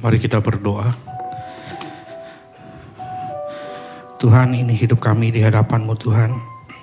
Mari kita berdoa. Tuhan, ini hidup kami di hadapan-Mu Tuhan.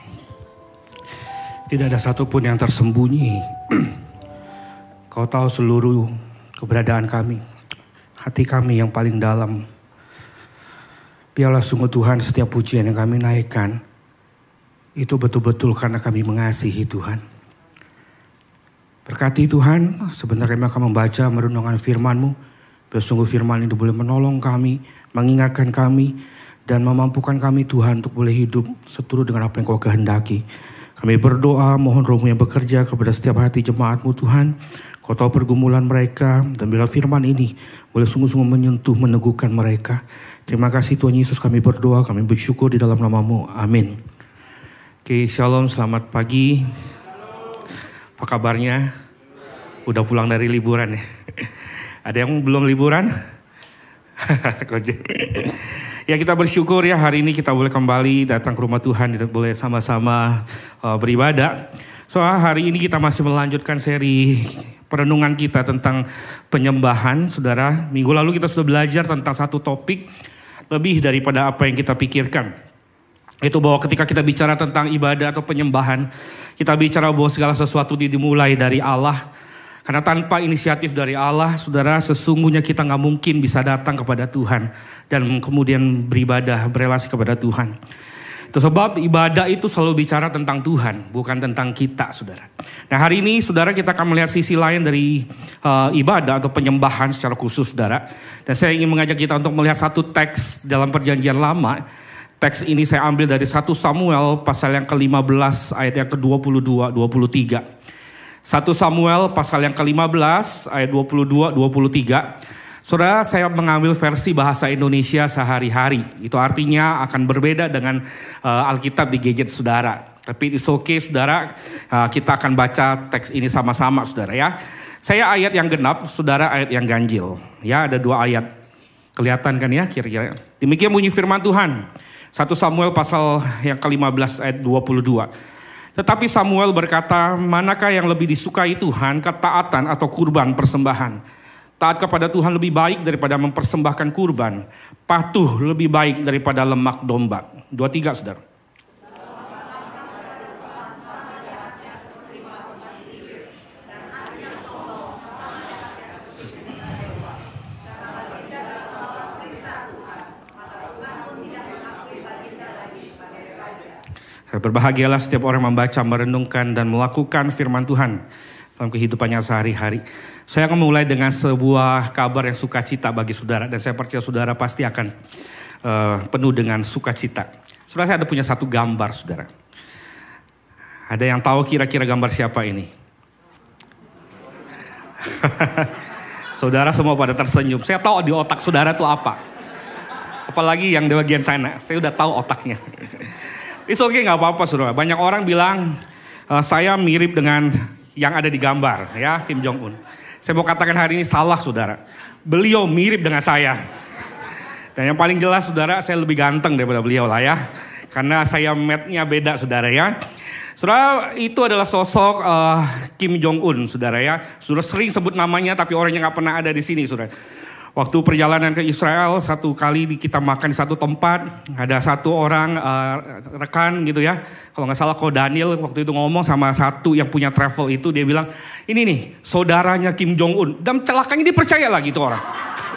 Tidak ada satupun yang tersembunyi. Kau tahu seluruh keberadaan kami, hati kami yang paling dalam. Biarlah sungguh Tuhan, setiap pujian yang kami naikkan itu betul-betul karena kami mengasihi Tuhan. Berkati Tuhan, sebenarnya kami akan membaca merenungkan firman-Mu. Biar sungguh firman itu boleh menolong kami, mengingatkan kami, dan memampukan kami Tuhan untuk boleh hidup seturut dengan apa yang Kau kehendaki. Kami berdoa, mohon Roh-Mu yang bekerja kepada setiap hati jemaat-Mu Tuhan. Kau tahu pergumulan mereka, dan bila firman ini boleh sungguh-sungguh menyentuh, meneguhkan mereka. Terima kasih Tuhan Yesus, kami berdoa, kami bersyukur di dalam nama-Mu. Amin. Oke, shalom, selamat pagi. Apa kabarnya? Udah pulang dari liburan ya? Ada yang belum liburan? Ya, kita bersyukur ya hari ini kita boleh kembali datang ke rumah Tuhan dan boleh sama-sama beribadah. Soal hari ini kita masih melanjutkan seri perenungan kita tentang penyembahan, saudara. Minggu lalu kita sudah belajar tentang satu topik lebih daripada apa yang kita pikirkan. Itu bahwa ketika kita bicara tentang ibadah atau penyembahan, kita bicara bahwa segala sesuatu dimulai dari Allah. Karena tanpa inisiatif dari Allah, saudara, sesungguhnya kita gak mungkin bisa datang kepada Tuhan dan kemudian beribadah, berelasi kepada Tuhan. Itu sebab ibadah itu selalu bicara tentang Tuhan, bukan tentang kita, saudara. Nah, hari ini, saudara, kita akan melihat sisi lain dari ibadah atau penyembahan secara khusus, saudara. Dan saya ingin mengajak kita untuk melihat satu teks dalam Perjanjian Lama. Teks ini saya ambil dari 1 Samuel pasal yang ke-15 ayat yang ke-22, 23. 1 Samuel pasal yang ke-15 ayat 22, 23. Saudara, saya mengambil versi bahasa Indonesia sehari-hari. Itu artinya akan berbeda dengan Alkitab di gadget saudara. Tapi it's okay saudara, kita akan baca teks ini sama-sama saudara ya. Saya ayat yang genap, saudara ayat yang ganjil. Ya, ada 2 ayat. Kelihatan kan ya kira-kira. Demikian bunyi firman Tuhan. 1 Samuel pasal yang ke-15 ayat 22. Tetapi Samuel berkata, manakah yang lebih disukai Tuhan, ketaatan atau kurban persembahan? Taat kepada Tuhan lebih baik daripada mempersembahkan kurban. Patuh lebih baik daripada lemak domba. 23 saudara. Berbahagialah setiap orang membaca, merenungkan, dan melakukan firman Tuhan dalam kehidupannya sehari-hari. Saya akan mulai dengan sebuah kabar yang sukacita bagi saudara. Dan saya percaya saudara pasti akan penuh dengan sukacita. Saudara, saya ada punya satu gambar, saudara. Ada yang tahu kira-kira gambar siapa ini? Saudara semua pada tersenyum. Saya tahu di otak saudara itu apa. Apalagi yang di bagian sana. Saya udah tahu otaknya. It's okay, gak apa-apa saudara. Banyak orang bilang saya mirip dengan yang ada di gambar ya, Kim Jong Un. Saya mau katakan hari ini salah saudara. Beliau mirip dengan saya. Dan yang paling jelas saudara, saya lebih ganteng daripada beliau lah ya. Karena saya matnya beda saudara ya. Saudara, itu adalah sosok Kim Jong Un saudara ya. Saudara sering sebut namanya tapi orangnya gak pernah ada di sini saudara. Waktu perjalanan ke Israel, satu kali kita makan di satu tempat, ada satu orang rekan gitu ya. Kalau nggak salah Ko Daniel waktu itu ngomong sama satu yang punya travel itu, dia bilang, ini nih saudaranya Kim Jong Un. Dan celakanya dia percaya lagi itu orang.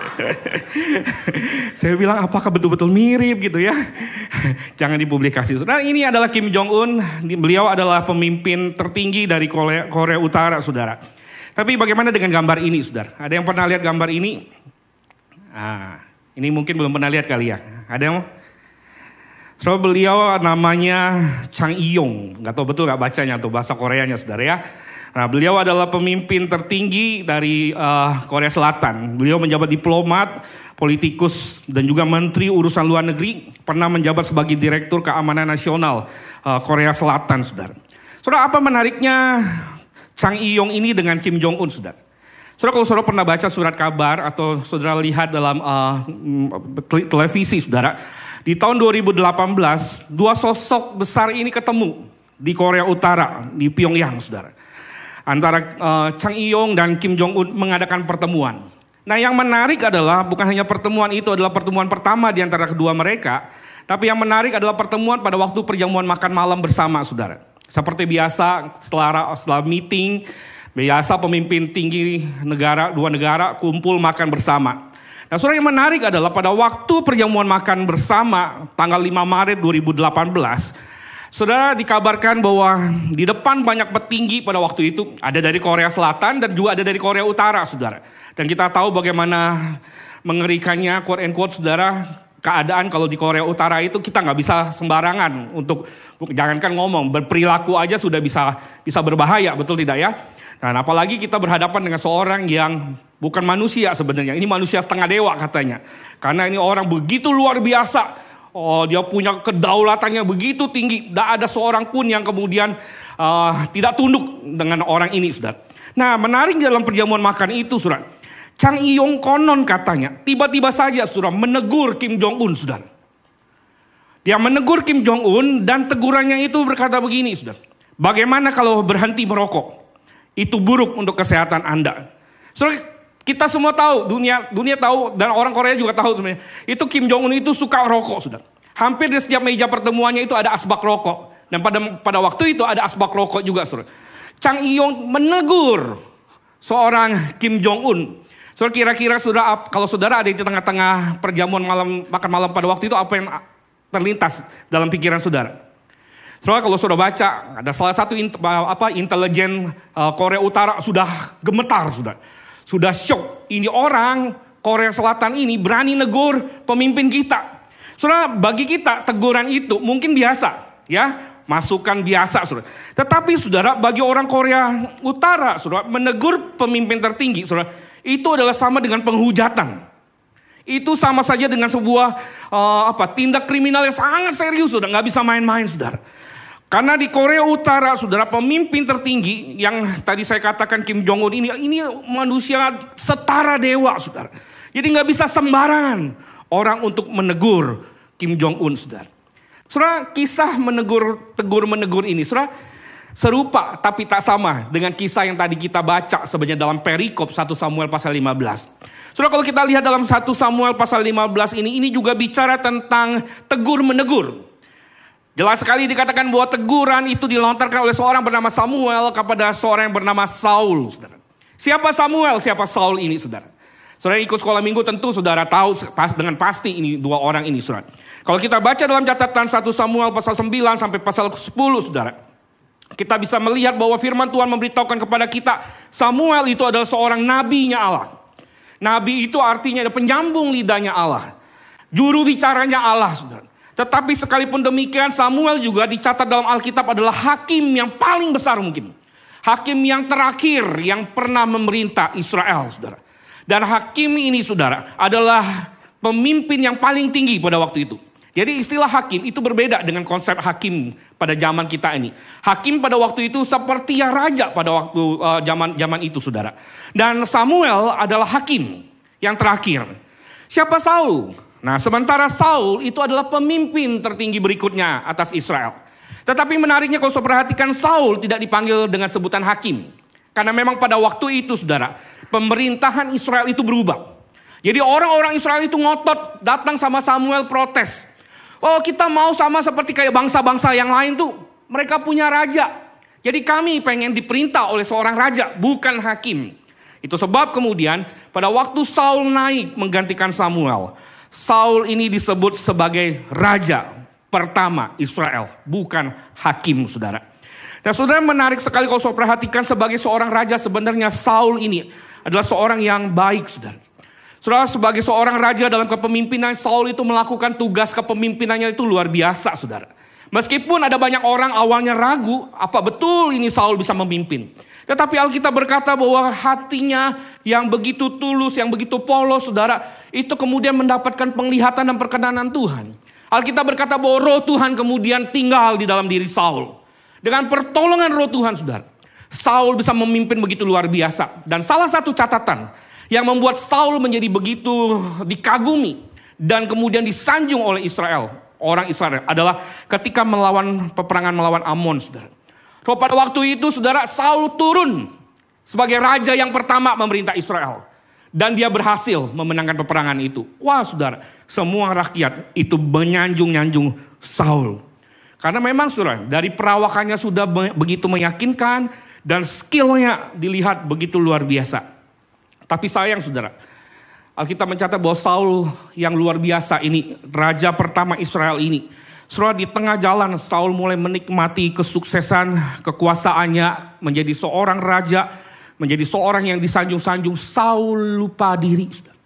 Saya bilang apakah betul-betul mirip gitu ya. Jangan dipublikasi. Saudara, ini adalah Kim Jong Un. Beliau adalah pemimpin tertinggi dari Korea Utara saudara. Tapi bagaimana dengan gambar ini saudara? Ada yang pernah lihat gambar ini? Ini mungkin belum pernah lihat kali ya. Ada yang? So, beliau namanya Chang Iyong. Gak tahu betul gak bacanya atau bahasa Koreanya saudara ya. Nah, beliau adalah pemimpin tertinggi dari Korea Selatan. Beliau menjabat diplomat, politikus dan juga menteri urusan luar negeri. Pernah menjabat sebagai direktur keamanan nasional Korea Selatan saudara. Saudara, apa menariknya Chang Iyong ini dengan Kim Jong Un saudara? Saudara, kalau saudara pernah baca surat kabar atau saudara lihat dalam televisi saudara, di tahun 2018 2 sosok besar ini ketemu di Korea Utara, di Pyongyang saudara. Antara Chang Iyong dan Kim Jong Un mengadakan pertemuan. Nah, yang menarik adalah bukan hanya pertemuan itu adalah pertemuan pertama di antara kedua mereka, tapi yang menarik adalah pertemuan pada waktu perjamuan makan malam bersama, saudara. Seperti biasa setelah meeting, biasa pemimpin tinggi dua negara kumpul makan bersama. Nah, saudara, yang menarik adalah pada waktu perjamuan makan bersama tanggal 5 Maret 2018, saudara, dikabarkan bahwa di depan banyak petinggi pada waktu itu, ada dari Korea Selatan dan juga ada dari Korea Utara, saudara. Dan kita tahu bagaimana mengerikannya, quote and quote, saudara, keadaan kalau di Korea Utara itu kita nggak bisa sembarangan untuk, jangankan ngomong, berperilaku aja sudah bisa berbahaya, betul tidak ya? Dan apalagi kita berhadapan dengan seorang yang bukan manusia sebenarnya, ini manusia setengah dewa katanya. Karena ini orang begitu luar biasa, dia punya kedaulatannya begitu tinggi, tidak ada seorang pun yang kemudian tidak tunduk dengan orang ini, saudara. Nah, menarik dalam perjamuan makan itu, saudara, Chang Iyong konon katanya tiba-tiba saja, saudara, menegur Kim Jong Un, saudara. Dia menegur Kim Jong Un dan tegurannya itu berkata begini, saudara. Bagaimana kalau berhenti merokok? Itu buruk untuk kesehatan Anda. Saudara, kita semua tahu, dunia tahu, dan orang Korea juga tahu sebenarnya. Itu Kim Jong Un itu suka rokok, saudara. Hampir di setiap meja pertemuannya itu ada asbak rokok. Dan pada waktu itu ada asbak rokok juga, saudara. Chang Iyong menegur seorang Kim Jong Un. Saudara, kira-kira kalau saudara ada di tengah-tengah perjamuan makan malam pada waktu itu, apa yang terlintas dalam pikiran saudara? Saudara, kalau saudara baca, ada salah satu intelijen Korea Utara sudah gemetar, sudah shock. Ini orang Korea Selatan ini berani negur pemimpin kita. Saudara, bagi kita teguran itu mungkin biasa, ya, masukan biasa, saudara. Tetapi saudara, bagi orang Korea Utara, saudara, menegur pemimpin tertinggi, saudara, itu adalah sama dengan penghujatan. Itu sama saja dengan sebuah tindak kriminal yang sangat serius, saudara, nggak bisa main-main, saudara. Karena di Korea Utara, saudara, pemimpin tertinggi yang tadi saya katakan Kim Jong Un ini manusia setara dewa, saudara. Jadi nggak bisa sembarangan orang untuk menegur Kim Jong Un, saudara. Saudara, kisah menegur ini, saudara, serupa tapi tak sama dengan kisah yang tadi kita baca sebenarnya dalam perikop 1 Samuel pasal 15. Saudara, kalau kita lihat dalam 1 Samuel pasal 15 ini juga bicara tentang tegur menegur. Jelas sekali dikatakan bahwa teguran itu dilontarkan oleh seorang bernama Samuel kepada seorang yang bernama Saul, saudara. Siapa Samuel, siapa Saul ini, saudara? Saudara ikut sekolah minggu tentu saudara tahu dengan pasti ini dua orang ini, saudara. Kalau kita baca dalam catatan 1 Samuel pasal 9 sampai pasal 10, saudara, kita bisa melihat bahwa firman Tuhan memberitahukan kepada kita, Samuel itu adalah seorang nabinya Allah. Nabi itu artinya ada penyambung lidahnya Allah. Juru bicaranya Allah, saudara. Tetapi sekalipun demikian, Samuel juga dicatat dalam Alkitab adalah hakim yang paling besar mungkin. Hakim yang terakhir yang pernah memerintah Israel, saudara. Dan hakim ini, saudara, adalah pemimpin yang paling tinggi pada waktu itu. Jadi istilah hakim itu berbeda dengan konsep hakim pada zaman kita ini. Hakim pada waktu itu seperti yang raja pada waktu zaman itu, saudara. Dan Samuel adalah hakim yang terakhir. Siapa Saul? Nah, sementara Saul itu adalah pemimpin tertinggi berikutnya atas Israel. Tetapi menariknya kalau saudara perhatikan, Saul tidak dipanggil dengan sebutan hakim. Karena memang pada waktu itu, saudara, pemerintahan Israel itu berubah. Jadi orang-orang Israel itu ngotot datang sama Samuel protes. Oh, kita mau sama seperti kayak bangsa-bangsa yang lain tuh. Mereka punya raja. Jadi kami pengen diperintah oleh seorang raja, bukan hakim. Itu sebab kemudian pada waktu Saul naik menggantikan Samuel, Saul ini disebut sebagai raja pertama Israel, bukan hakim, saudara. Dan saudara, menarik sekali kalau saudara perhatikan, sebagai seorang raja sebenarnya Saul ini adalah seorang yang baik, saudara. Saudara, sebagai seorang raja dalam kepemimpinan, Saul itu melakukan tugas kepemimpinannya itu luar biasa, saudara. Meskipun ada banyak orang awalnya ragu, apa betul ini Saul bisa memimpin. Tetapi Alkitab berkata bahwa hatinya yang begitu tulus, yang begitu polos, saudara, itu kemudian mendapatkan penglihatan dan perkenanan Tuhan. Alkitab berkata bahwa roh Tuhan kemudian tinggal di dalam diri Saul. Dengan pertolongan roh Tuhan, saudara, Saul bisa memimpin begitu luar biasa. Dan salah satu catatan yang membuat Saul menjadi begitu dikagumi dan kemudian disanjung oleh Israel, orang Israel, adalah ketika peperangan melawan Amon, saudara. So, pada waktu itu, saudara, Saul turun sebagai raja yang pertama memerintah Israel. Dan dia berhasil memenangkan peperangan itu. Wah saudara, semua rakyat itu menyanjung-nyanjung Saul. Karena memang saudara, dari perawakannya sudah begitu meyakinkan dan skillnya dilihat begitu luar biasa. Tapi sayang saudara, Alkitab mencatat bahwa Saul yang luar biasa ini, raja pertama Israel ini. Saudara, di tengah jalan Saul mulai menikmati kesuksesan, kekuasaannya, menjadi seorang raja, menjadi seorang yang disanjung-sanjung. Saul lupa diri.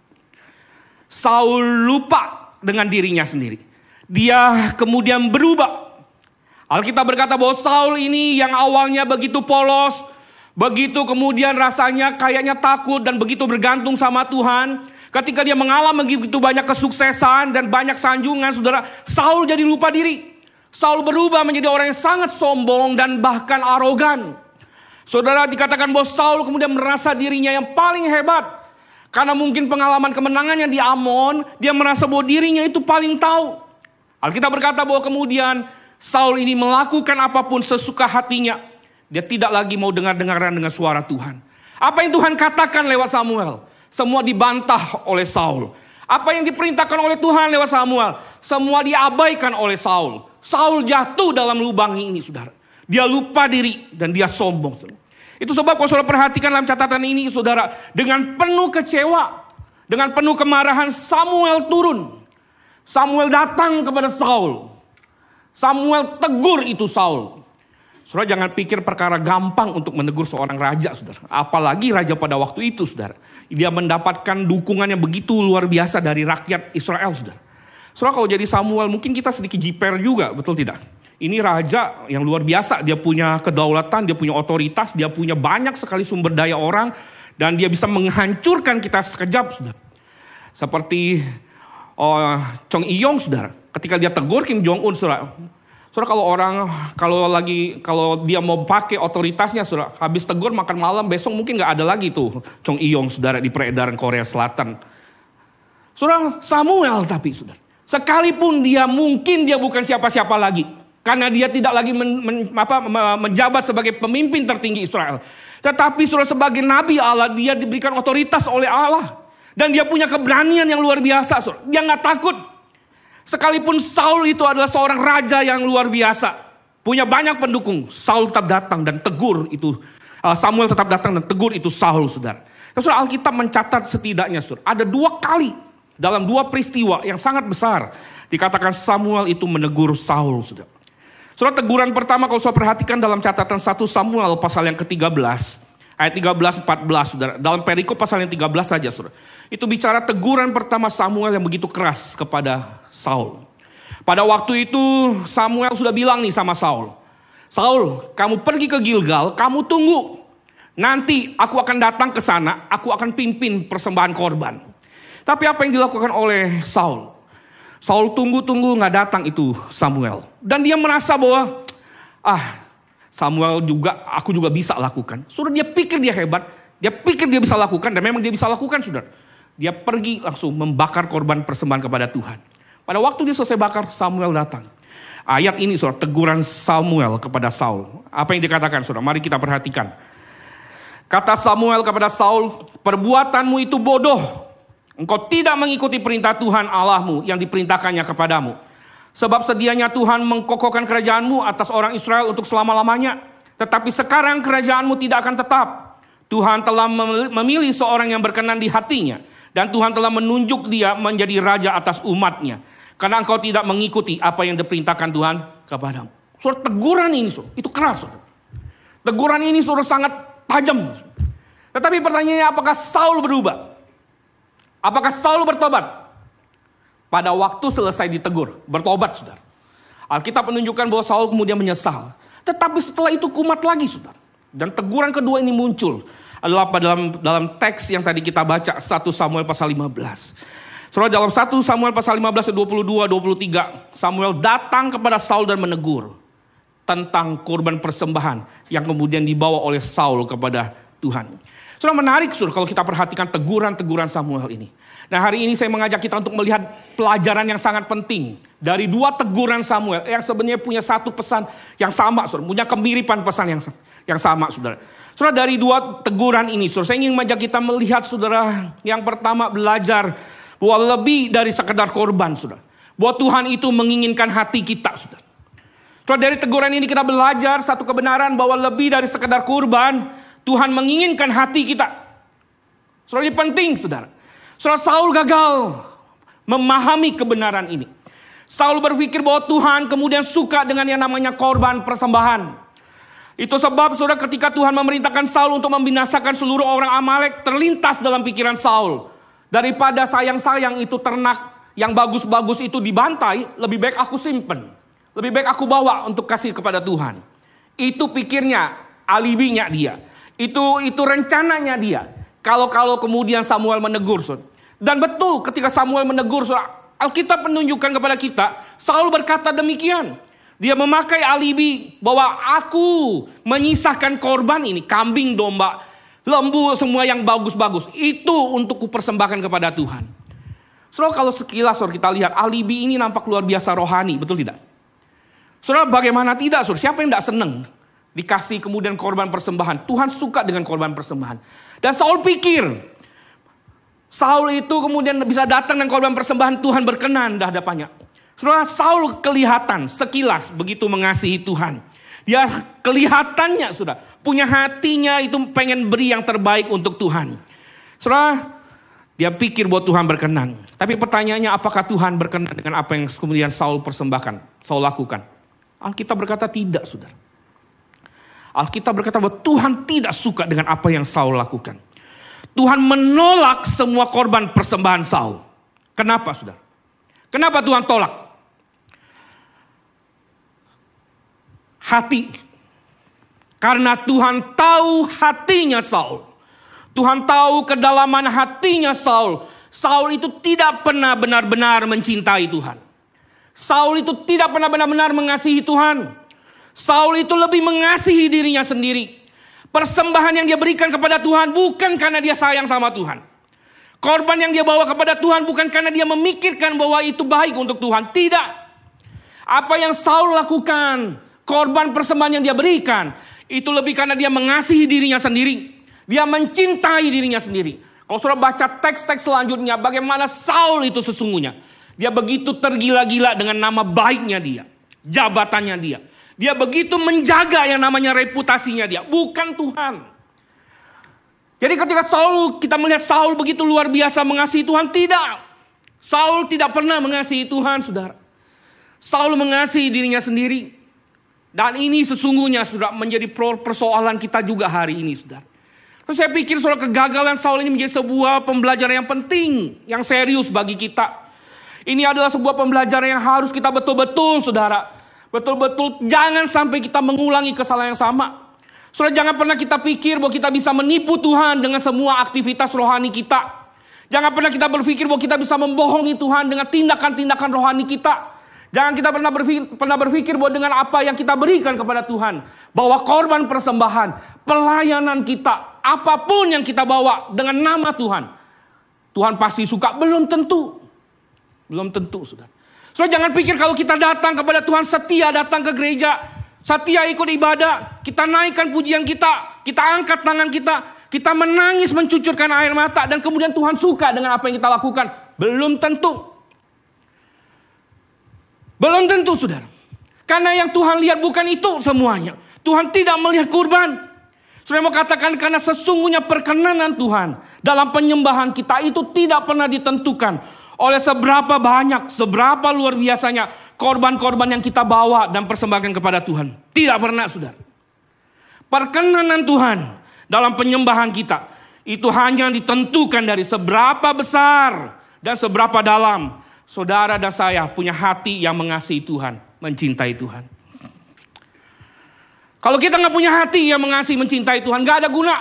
Saul lupa dengan dirinya sendiri. Dia kemudian berubah. Alkitab berkata bahwa Saul ini yang awalnya begitu polos, begitu kemudian rasanya kayaknya takut dan begitu bergantung sama Tuhan. Ketika dia mengalami begitu banyak kesuksesan dan banyak sanjungan, saudara, Saul jadi lupa diri. Saul berubah menjadi orang yang sangat sombong dan bahkan arogan. Saudara, dikatakan bahwa Saul kemudian merasa dirinya yang paling hebat. Karena mungkin pengalaman kemenangannya di Amon, dia merasa bahwa dirinya itu paling tahu. Alkitab berkata bahwa kemudian Saul ini melakukan apapun sesuka hatinya. Dia tidak lagi mau dengar-dengaran dengan suara Tuhan. Apa yang Tuhan katakan lewat Samuel, semua dibantah oleh Saul. Apa yang diperintahkan oleh Tuhan lewat Samuel, semua diabaikan oleh Saul. Saul jatuh dalam lubang ini, saudara. Dia lupa diri dan dia sombong. Itu sebab kalau saudara perhatikan dalam catatan ini, saudara, dengan penuh kecewa, dengan penuh kemarahan, Samuel turun. Samuel datang kepada Saul. Samuel tegur itu Saul. Saudara, jangan pikir perkara gampang untuk menegur seorang raja, saudara. Apalagi raja pada waktu itu, saudara. Dia mendapatkan dukungan yang begitu luar biasa dari rakyat Israel, saudara. Saudara, kalau jadi Samuel mungkin kita sedikit jiper juga, betul tidak? Ini raja yang luar biasa, dia punya kedaulatan, dia punya otoritas, dia punya banyak sekali sumber daya orang, dan dia bisa menghancurkan kita sekejap, saudara. Seperti Chong Iyong, saudara. Ketika dia tegur Kim Jong Un, saudara. Saudara, kalau dia mau pakai otoritasnya, saudara, habis tegur makan malam, besok mungkin nggak ada lagi tuh Chong Iyong, saudara, di peredaran Korea Selatan. Saudara, Samuel tapi, saudara, sekalipun dia bukan siapa-siapa lagi, karena dia tidak lagi menjabat sebagai pemimpin tertinggi Israel, tetapi saudara, sebagai nabi Allah, dia diberikan otoritas oleh Allah, dan dia punya keberanian yang luar biasa, saudara. Dia nggak takut. Sekalipun Saul itu adalah seorang raja yang luar biasa, punya banyak pendukung, Saul tetap datang dan tegur itu. Samuel tetap datang dan tegur itu Saul, saudara. Dan saudara, Alkitab mencatat setidaknya, saudara, ada 2 kali dalam 2 peristiwa yang sangat besar dikatakan Samuel itu menegur Saul, saudara. Saudara, teguran pertama kalau saudara perhatikan dalam catatan 1 Samuel pasal yang ke-13, ayat 13-14, saudara. Dalam perikop pasal yang 13 saja, saudara. Itu bicara teguran pertama Samuel yang begitu keras kepada Saul. Pada waktu itu Samuel sudah bilang nih sama Saul. Saul, kamu pergi ke Gilgal, kamu tunggu. Nanti aku akan datang ke sana, aku akan pimpin persembahan korban. Tapi apa yang dilakukan oleh Saul? Saul tunggu-tunggu gak datang itu Samuel. Dan dia merasa bahwa, Samuel aku juga bisa lakukan. Sudah dia pikir dia hebat, dia pikir dia bisa lakukan, dan memang dia bisa lakukan, saudara. Dia pergi langsung membakar korban persembahan kepada Tuhan. Pada waktu dia selesai bakar, Samuel datang. Ayat ini, saudara, teguran Samuel kepada Saul. Apa yang dikatakan, saudara? Mari kita perhatikan. Kata Samuel kepada Saul, perbuatanmu itu bodoh. Engkau tidak mengikuti perintah Tuhan Allahmu yang diperintahkannya kepadamu. Sebab sedianya Tuhan mengkokohkan kerajaanmu atas orang Israel untuk selama-lamanya. Tetapi sekarang kerajaanmu tidak akan tetap. Tuhan telah memilih seorang yang berkenan di hatinya. Dan Tuhan telah menunjuk dia menjadi raja atas umatnya. Karena engkau tidak mengikuti apa yang diperintahkan Tuhan kepadamu. Saudara, teguran ini, saudara, itu keras, saudara. Teguran ini, saudara, sangat tajam. Tetapi pertanyaannya, apakah Saul berubah? Apakah Saul bertobat? Pada waktu selesai ditegur, bertobat, saudara. Alkitab menunjukkan bahwa Saul kemudian menyesal. Tetapi setelah itu kumat lagi, saudara. Dan teguran kedua ini muncul adalah dalam teks yang tadi kita baca, 1 Samuel pasal 15. Saudara, dalam 1 Samuel pasal 15, 22-23, Samuel datang kepada Saul dan menegur tentang korban persembahan yang kemudian dibawa oleh Saul kepada Tuhan. Saudara, menarik, saudara, kalau kita perhatikan teguran-teguran Samuel ini. Nah, hari ini saya mengajak kita untuk melihat pelajaran yang sangat penting dari 2 teguran Samuel yang sebenarnya punya satu pesan yang sama, saudara, punya kemiripan pesan yang sama, saudara. Saudara, dari 2 teguran ini, saudara, saya ingin mengajak kita melihat, saudara, yang pertama belajar bahwa lebih dari sekedar korban, saudara. Bahwa Tuhan itu menginginkan hati kita, saudara. Saudara, dari teguran ini kita belajar satu kebenaran bahwa lebih dari sekedar kurban, Tuhan menginginkan hati kita. Saudara, ini penting, saudara. Saudara, Saul gagal memahami kebenaran ini. Saul berpikir bahwa Tuhan kemudian suka dengan yang namanya korban persembahan. Itu sebab, saudara, ketika Tuhan memerintahkan Saul untuk membinasakan seluruh orang Amalek, terlintas dalam pikiran Saul, daripada sayang-sayang itu ternak yang bagus-bagus itu dibantai, lebih baik aku simpen. Lebih baik aku bawa untuk kasih kepada Tuhan. Itu pikirnya, alibinya dia. Itu rencananya dia. Kalau kemudian Samuel menegur, saudara. Dan betul ketika Samuel menegur, saudara, Alkitab menunjukkan kepada kita, Saul berkata demikian. Dia memakai alibi bahwa aku menyisahkan korban ini, kambing, domba, lembu, semua yang bagus-bagus. Itu untuk kupersembahkan kepada Tuhan. Saudara, kalau sekilas, saudara, kita lihat alibi ini nampak luar biasa rohani, betul tidak? Saudara, bagaimana tidak, saudara? Siapa yang tidak senang dikasih kemudian korban persembahan? Tuhan suka dengan korban persembahan. Dan Saul pikir, Saul itu kemudian bisa datang dengan korban persembahan, Tuhan berkenan di hadapannya. Saudara, Saul kelihatan sekilas begitu mengasihi Tuhan. Dia kelihatannya, saudara, punya hatinya itu pengen beri yang terbaik untuk Tuhan. Saudara, dia pikir bahwa Tuhan berkenan. Tapi pertanyaannya, apakah Tuhan berkenan dengan apa yang kemudian Saul persembahkan, Saul lakukan? Alkitab berkata tidak, saudara. Alkitab berkata bahwa Tuhan tidak suka dengan apa yang Saul lakukan. Tuhan menolak semua korban persembahan Saul. Kenapa, saudara? Kenapa Tuhan tolak? Hati. Karena Tuhan tahu hatinya Saul. Tuhan tahu kedalaman hatinya Saul. Saul itu tidak pernah benar-benar mencintai Tuhan. Saul itu tidak pernah benar-benar mengasihi Tuhan. Saul itu lebih mengasihi dirinya sendiri. Persembahan yang dia berikan kepada Tuhan bukan karena dia sayang sama Tuhan. Korban yang dia bawa kepada Tuhan bukan karena dia memikirkan bahwa itu baik untuk Tuhan. Tidak. Apa yang Saul lakukan, korban persembahan yang dia berikan, itu lebih karena dia mengasihi dirinya sendiri. Dia mencintai dirinya sendiri. Kalau saudara baca teks-teks selanjutnya, bagaimana Saul itu sesungguhnya. Dia begitu tergila-gila dengan nama baiknya dia. Jabatannya dia. Dia begitu menjaga yang namanya reputasinya dia. Bukan Tuhan. Jadi ketika kita melihat Saul begitu luar biasa mengasihi Tuhan. Tidak. Saul tidak pernah mengasihi Tuhan, saudara. Saul mengasihi dirinya sendiri. Dan ini sesungguhnya, saudara, menjadi persoalan kita juga hari ini, saudara. Terus saya pikir, saudara, kegagalan Saul ini menjadi sebuah pembelajaran yang penting. Yang serius bagi kita. Ini adalah sebuah pembelajaran yang harus kita betul-betul, saudara. Betul-betul jangan sampai kita mengulangi kesalahan yang sama. Saudara, jangan pernah kita pikir bahwa kita bisa menipu Tuhan dengan semua aktivitas rohani kita. Jangan pernah kita berpikir bahwa kita bisa membohongi Tuhan dengan tindakan-tindakan rohani kita. Jangan kita pernah berpikir bahwa dengan apa yang kita berikan kepada Tuhan, bahwa korban persembahan, pelayanan kita, apapun yang kita bawa dengan nama Tuhan, Tuhan pasti suka. Belum tentu. Belum tentu, saudara. Saudara, jangan pikir kalau kita datang kepada Tuhan, setia datang ke gereja, setia ikut ibadah, kita naikkan pujian kita angkat tangan kita menangis mencucurkan air mata, dan kemudian Tuhan suka dengan apa yang kita lakukan. Belum tentu. Belum tentu, saudara. Karena yang Tuhan lihat bukan itu semuanya. Tuhan tidak melihat kurban. Saudara, mau katakan karena sesungguhnya perkenanan Tuhan dalam penyembahan kita itu tidak pernah ditentukan oleh seberapa banyak, seberapa luar biasanya korban-korban yang kita bawa dan persembahkan kepada Tuhan. Tidak pernah, saudara. Perkenanan Tuhan dalam penyembahan kita itu hanya ditentukan dari seberapa besar dan seberapa dalam saudara dan saya punya hati yang mengasihi Tuhan, mencintai Tuhan. Kalau kita nggak punya hati yang mengasihi, mencintai Tuhan, nggak ada guna.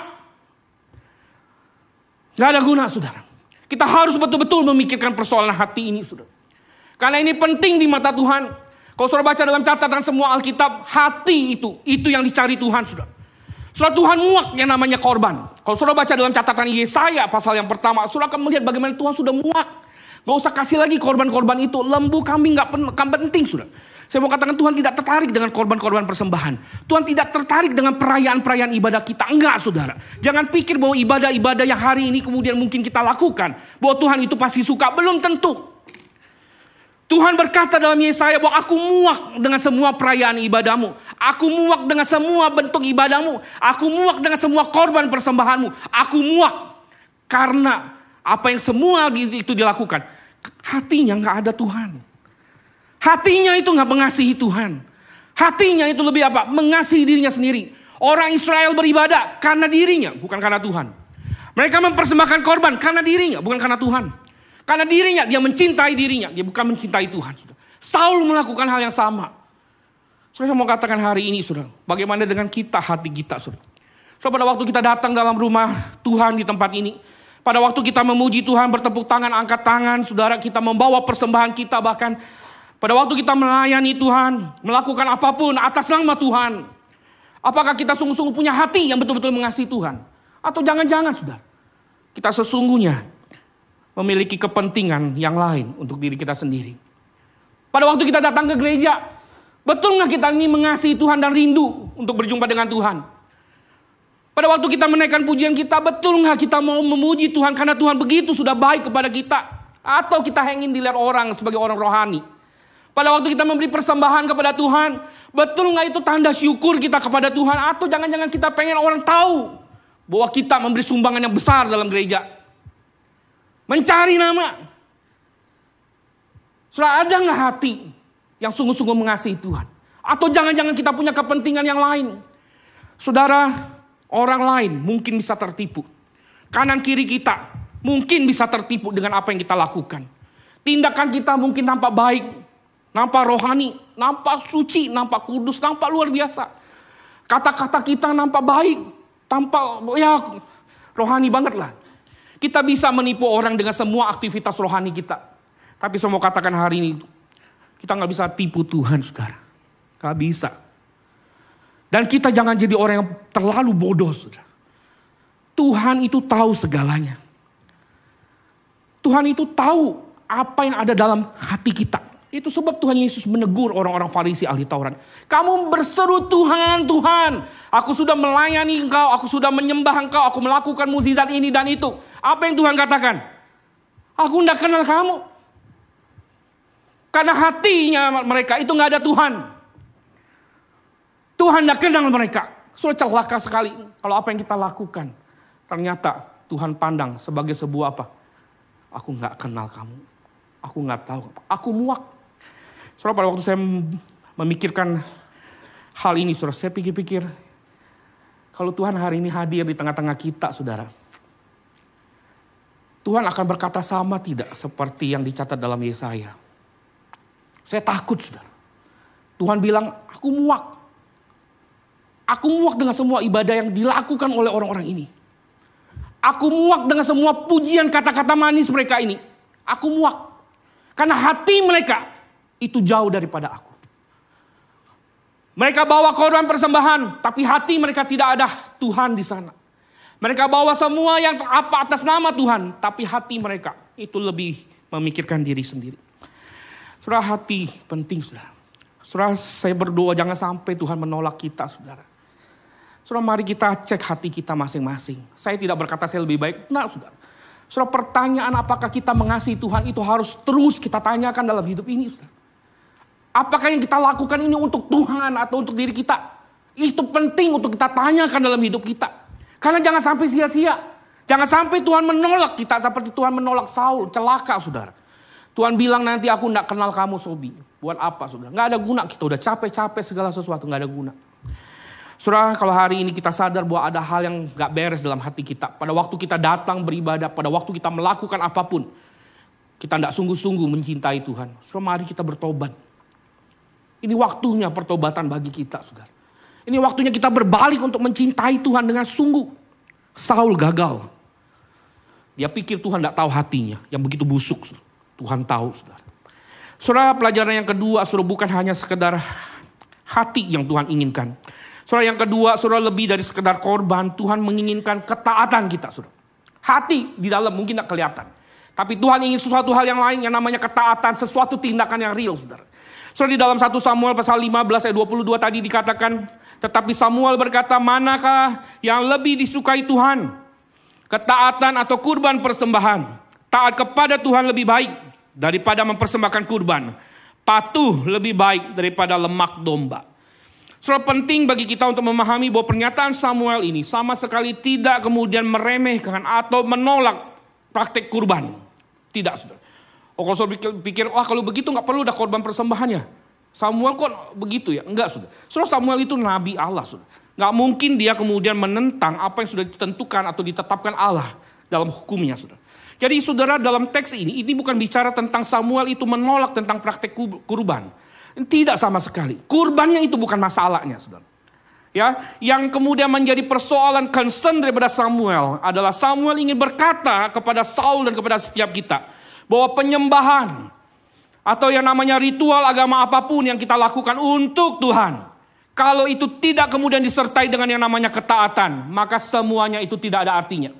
Nggak ada guna, saudara. Kita harus betul-betul memikirkan persoalan hati ini, saudara. Karena ini penting di mata Tuhan. Kalau saudara baca dalam catatan semua Alkitab, hati itu yang dicari Tuhan, saudara. Saudara, Tuhan muak yang namanya korban. Kalau saudara baca dalam catatan Yesaya pasal yang pertama, saudara akan melihat bagaimana Tuhan sudah muak. Gak usah kasih lagi korban-korban itu. Lembu, kambing gak penting, saudara. Saya mau katakan Tuhan tidak tertarik dengan korban-korban persembahan. Tuhan tidak tertarik dengan perayaan-perayaan ibadah kita. Enggak, saudara. Jangan pikir bahwa ibadah-ibadah yang hari ini kemudian mungkin kita lakukan, bahwa Tuhan itu pasti suka. Belum tentu. Tuhan berkata dalam Yesaya bahwa aku muak dengan semua perayaan ibadahmu. Aku muak dengan semua bentuk ibadahmu. Aku muak dengan semua korban persembahanmu. Aku muak karena apa yang semua itu dilakukan. Hatinya gak ada Tuhan. Hatinya itu gak mengasihi Tuhan. Hatinya itu lebih apa? Mengasihi dirinya sendiri. Orang Israel beribadah karena dirinya, bukan karena Tuhan. Mereka mempersembahkan korban karena dirinya, bukan karena Tuhan. Karena dirinya, dia mencintai dirinya. Dia bukan mencintai Tuhan. Saul melakukan hal yang sama. Saya mau katakan hari ini, saudara. Bagaimana dengan kita, hati kita, saudara. Pada waktu kita datang dalam rumah Tuhan di tempat ini. Pada waktu kita memuji Tuhan, bertepuk tangan, angkat tangan. Saudara, kita membawa persembahan kita bahkan. Pada waktu kita melayani Tuhan. Melakukan apapun atas nama Tuhan. Apakah kita sungguh-sungguh punya hati yang betul-betul mengasihi Tuhan? Atau jangan-jangan, saudara. Kita sesungguhnya memiliki kepentingan yang lain untuk diri kita sendiri. Pada waktu kita datang ke gereja, betul nggak kita ini mengasihi Tuhan dan rindu untuk berjumpa dengan Tuhan? Pada waktu kita menaikkan pujian kita, betul nggak kita mau memuji Tuhan karena Tuhan begitu sudah baik kepada kita? Atau kita ingin dilihat orang sebagai orang rohani? Pada waktu kita memberi persembahan kepada Tuhan, betul nggak itu tanda syukur kita kepada Tuhan? Atau jangan-jangan kita pengen orang tahu bahwa kita memberi sumbangan yang besar dalam gereja? Mencari nama. Saudara, ada gak hati yang sungguh-sungguh mengasihi Tuhan? Atau jangan-jangan kita punya kepentingan yang lain? Saudara, orang lain mungkin bisa tertipu. Kanan kiri kita mungkin bisa tertipu dengan apa yang kita lakukan. Tindakan kita mungkin nampak baik, nampak rohani, nampak suci, nampak kudus, nampak luar biasa. Kata-kata kita nampak baik, tampak ya rohani banget lah. Kita bisa menipu orang dengan semua aktivitas rohani kita. Tapi saya mau katakan hari ini, kita gak bisa tipu Tuhan, saudara. Gak bisa. Dan kita jangan jadi orang yang terlalu bodoh, saudara. Tuhan itu tahu segalanya. Tuhan itu tahu apa yang ada dalam hati kita. Itu sebab Tuhan Yesus menegur orang-orang Farisi ahli Taurat. Kamu berseru Tuhan, Tuhan. Aku sudah melayani engkau, aku sudah menyembah engkau, aku melakukan mukjizat ini dan itu. Apa yang Tuhan katakan? Aku tidak kenal kamu. Karena hatinya mereka itu gak ada Tuhan. Tuhan tidak kenal mereka. Sudah celaka sekali kalau apa yang kita lakukan. Ternyata Tuhan pandang sebagai sebuah apa? Aku gak kenal kamu. Aku gak tahu. Aku muak. Saudara, pada waktu saya memikirkan hal ini, saudara, saya pikir-pikir, kalau Tuhan hari ini hadir di tengah-tengah kita, saudara, Tuhan akan berkata sama tidak seperti yang dicatat dalam Yesaya. Saya takut, saudara. Tuhan bilang, aku muak. Aku muak dengan semua ibadah yang dilakukan oleh orang-orang ini. Aku muak dengan semua pujian kata-kata manis mereka ini. Aku muak. Karena hati mereka itu jauh daripada aku. Mereka bawa korban persembahan, tapi hati mereka tidak ada Tuhan di sana. Mereka bawa semua yang apa atas nama Tuhan, tapi hati mereka itu lebih memikirkan diri sendiri. Saudara, hati penting, saudara. Saudara, saya berdoa jangan sampai Tuhan menolak kita, saudara. Saudara, mari kita cek hati kita masing-masing. Saya tidak berkata saya lebih baik, nah, saudara. Saudara, pertanyaan apakah kita mengasihi Tuhan itu harus terus kita tanyakan dalam hidup ini, saudara. Apakah yang kita lakukan ini untuk Tuhan atau untuk diri kita? Itu penting untuk kita tanyakan dalam hidup kita. Karena jangan sampai sia-sia. Jangan sampai Tuhan menolak kita seperti Tuhan menolak Saul. Celaka, saudara. Tuhan bilang nanti aku tidak kenal kamu, Sobi. Buat apa, saudara? Gak ada guna. Kita udah capek-capek segala sesuatu. Gak ada guna. Saudara, kalau hari ini kita sadar bahwa ada hal yang gak beres dalam hati kita. Pada waktu kita datang beribadah, pada waktu kita melakukan apapun. Kita tidak sungguh-sungguh mencintai Tuhan. Saudara, mari kita bertobat. Ini waktunya pertobatan bagi kita, saudara. Ini waktunya kita berbalik untuk mencintai Tuhan dengan sungguh. Saul gagal. Dia pikir Tuhan tidak tahu hatinya. Yang begitu busuk. Tuhan tahu, saudara. Saudara, pelajaran yang kedua, saudara, bukan hanya sekedar hati yang Tuhan inginkan. Saudara, yang kedua, saudara, lebih dari sekedar korban, Tuhan menginginkan ketaatan kita, saudara. Hati di dalam mungkin tidak kelihatan. Tapi Tuhan ingin sesuatu hal yang lain yang namanya ketaatan, sesuatu tindakan yang real, saudara. Saudara, di dalam 1 Samuel pasal 15 ayat 22 tadi dikatakan, tetapi Samuel berkata, manakah yang lebih disukai Tuhan? Ketaatan atau kurban persembahan? Taat kepada Tuhan lebih baik daripada mempersembahkan kurban. Patuh lebih baik daripada lemak domba. Saudara, penting bagi kita untuk memahami bahwa pernyataan Samuel ini sama sekali tidak kemudian meremehkan atau menolak praktek kurban. Tidak, saudara. Kalau saudara pikir, wah kalau begitu nggak perlu ada korban persembahannya. Samuel kok begitu ya? Enggak, saudara. Saudara, Samuel itu nabi Allah, saudara. Nggak mungkin dia kemudian menentang apa yang sudah ditentukan atau ditetapkan Allah dalam hukumnya, saudara. Jadi saudara, dalam teks ini bukan bicara tentang Samuel itu menolak tentang praktek kurban. Tidak sama sekali. Kurbannya itu bukan masalahnya, saudara. Ya, yang kemudian menjadi persoalan concern daripada Samuel adalah Samuel ingin berkata kepada Saul dan kepada setiap kita bahwa penyembahan atau yang namanya ritual agama apapun yang kita lakukan untuk Tuhan, kalau itu tidak kemudian disertai dengan yang namanya ketaatan, maka semuanya itu tidak ada artinya.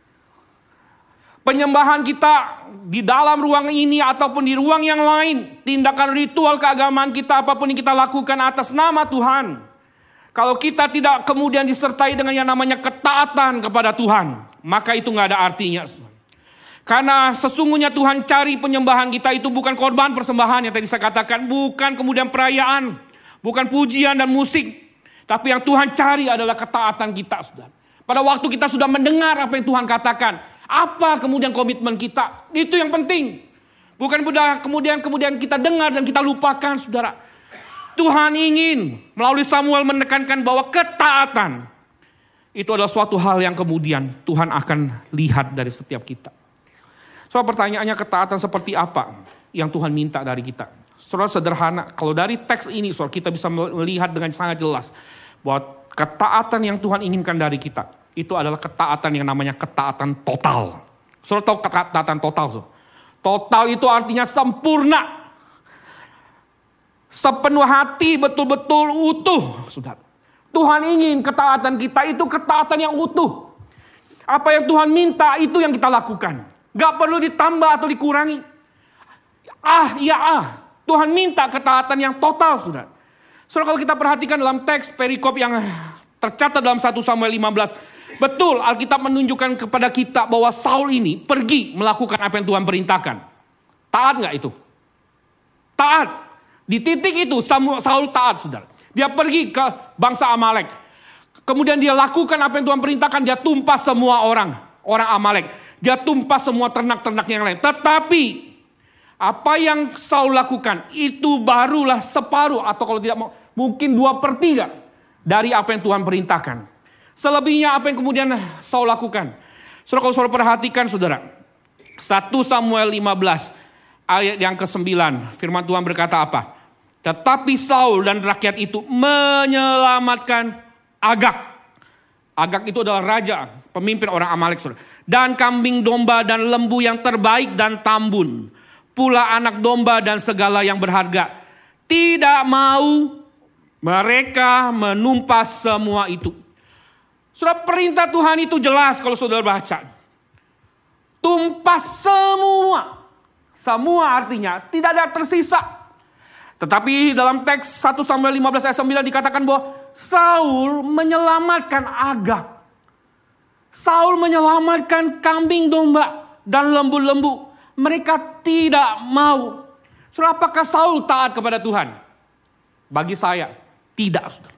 Penyembahan kita di dalam ruang ini ataupun di ruang yang lain, tindakan ritual keagamaan kita apapun yang kita lakukan atas nama Tuhan, kalau kita tidak kemudian disertai dengan yang namanya ketaatan kepada Tuhan, maka itu nggak ada artinya. Karena sesungguhnya Tuhan cari penyembahan kita itu bukan korban persembahan yang tadi saya katakan, bukan kemudian perayaan, bukan pujian dan musik, tapi yang Tuhan cari adalah ketaatan kita, saudara. Pada waktu kita sudah mendengar apa yang Tuhan katakan, apa kemudian komitmen kita? Itu yang penting. Bukan kemudian kita dengar dan kita lupakan, saudara. Tuhan ingin melalui Samuel menekankan bahwa ketaatan itu adalah suatu hal yang kemudian Tuhan akan lihat dari setiap kita. Soal pertanyaannya, ketaatan seperti apa yang Tuhan minta dari kita? Saudara, sederhana. Kalau dari teks ini, saudara, kita bisa melihat dengan sangat jelas bahwa ketaatan yang Tuhan inginkan dari kita itu adalah ketaatan yang namanya ketaatan total. Saudara tahu ketaatan total? Saudara? Total itu artinya sempurna. Sepenuh hati, betul-betul utuh. Saudara. Tuhan ingin ketaatan kita itu ketaatan yang utuh. Apa yang Tuhan minta itu yang kita lakukan. Gak perlu ditambah atau dikurangi. Tuhan minta ketaatan yang total, saudara. Saudara, kalau kita perhatikan dalam teks perikop yang tercatat dalam 1 Samuel 15. Betul, Alkitab menunjukkan kepada kita bahwa Saul ini pergi melakukan apa yang Tuhan perintahkan. Taat gak itu? Taat. Di titik itu Saul taat, saudara. Dia pergi ke bangsa Amalek. Kemudian dia lakukan apa yang Tuhan perintahkan. Dia tumpas semua orang Amalek. Dia tumpas semua ternak-ternak yang lain. Tetapi apa yang Saul lakukan itu barulah separuh atau kalau tidak mungkin 2/3 dari apa yang Tuhan perintahkan. Selebihnya apa yang kemudian Saul lakukan? Saudara, kalau saudara perhatikan, saudara, 1 Samuel 15 ayat yang ke-9, firman Tuhan berkata apa? Tetapi Saul dan rakyat itu menyelamatkan Agag. Agag itu adalah raja, pemimpin orang Amalek, saudara. Dan kambing domba dan lembu yang terbaik dan tambun. Pula anak domba dan segala yang berharga. Tidak mau mereka menumpas semua itu. Saudara, perintah Tuhan itu jelas kalau saudara baca. Tumpas semua. Semua artinya tidak ada tersisa. Tetapi dalam teks 1 Samuel 15 ayat 9 dikatakan bahwa Saul menyelamatkan Agag. Saul menyelamatkan kambing domba dan lembu-lembu. Mereka tidak mau. Saudara, apakah Saul taat kepada Tuhan? Bagi saya, tidak, saudara.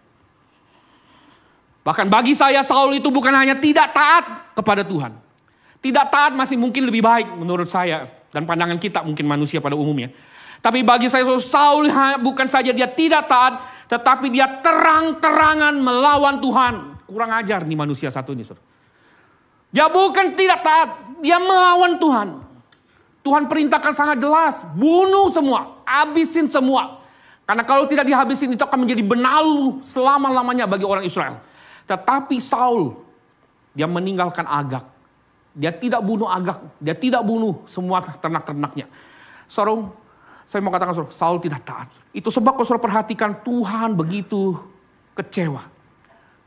Bahkan bagi saya Saul itu bukan hanya tidak taat kepada Tuhan. Tidak taat masih mungkin lebih baik menurut saya. Dan pandangan kita mungkin manusia pada umumnya. Tapi bagi saya Saul bukan saja dia tidak taat. Tetapi dia terang-terangan melawan Tuhan. Kurang ajar nih manusia satu ini, saudara. Dia bukan tidak taat. Dia melawan Tuhan. Tuhan perintahkan sangat jelas. Bunuh semua. Habisin semua. Karena kalau tidak dihabisin itu akan menjadi benalu selama-lamanya bagi orang Israel. Tetapi Saul, dia meninggalkan Agag. Dia tidak bunuh Agag. Dia tidak bunuh semua ternak-ternaknya. Saudara, saya mau katakan saudara, Saul tidak taat. Itu sebab kalau saudara perhatikan Tuhan begitu kecewa.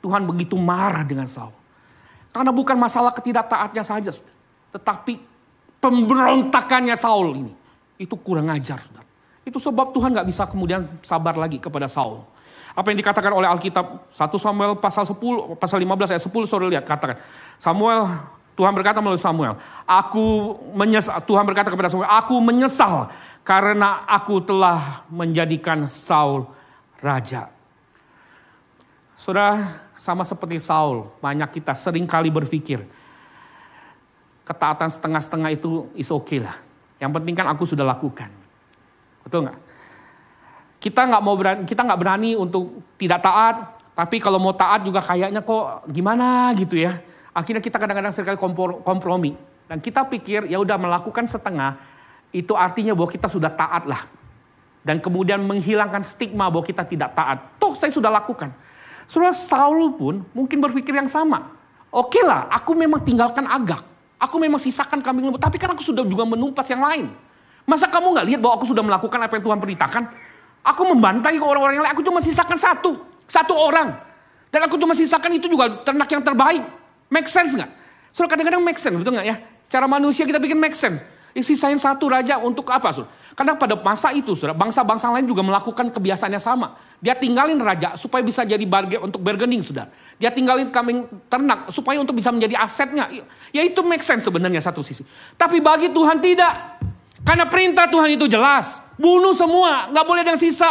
Tuhan begitu marah dengan Saul? Karena bukan masalah ketidaktaatnya saja, tetapi pemberontakannya Saul ini. Itu kurang ajar, saudara. Itu sebab Tuhan gak bisa kemudian sabar lagi kepada Saul. Apa yang dikatakan oleh Alkitab, 1 Samuel pasal 15 ayat 10, saudara lihat, katakan. Tuhan berkata melalui Samuel, Tuhan berkata kepada Samuel, aku menyesal karena aku telah menjadikan Saul raja. Saudara, sama seperti Saul, banyak kita sering kali berpikir, ketaatan setengah-setengah itu is okay lah. Yang penting kan aku sudah lakukan. Betul nggak? Kita nggak berani untuk tidak taat, tapi kalau mau taat juga kayaknya kok gimana gitu ya. Akhirnya kita kadang-kadang seringkali kompromi. Dan kita pikir ya udah melakukan setengah, itu artinya bahwa kita sudah taat lah. Dan kemudian menghilangkan stigma bahwa kita tidak taat. Toh saya sudah lakukan. Saudara, Saul pun mungkin berpikir yang sama. Oke lah, aku memang tinggalkan Agag. Aku memang sisakan kambing lembu. Tapi kan aku sudah juga menumpas yang lain. Masa kamu gak lihat bahwa aku sudah melakukan apa yang Tuhan perintahkan? Aku membantai ke orang-orang yang lain. Aku cuma sisakan satu orang. Dan aku cuma sisakan itu juga ternak yang terbaik. Make sense gak? Saudara, kadang-kadang make sense, betul gak ya? Cara manusia kita bikin make sense. Sisain satu raja untuk apa, saudara? Karena pada masa itu, saudara, bangsa-bangsa lain juga melakukan kebiasaan yang sama. Dia tinggalin raja supaya bisa jadi untuk bargaining, saudara. Dia tinggalin kambing ternak supaya untuk bisa menjadi asetnya. Ya itu make sense sebenarnya satu sisi. Tapi bagi Tuhan tidak. Karena perintah Tuhan itu jelas. Bunuh semua, gak boleh ada yang sisa.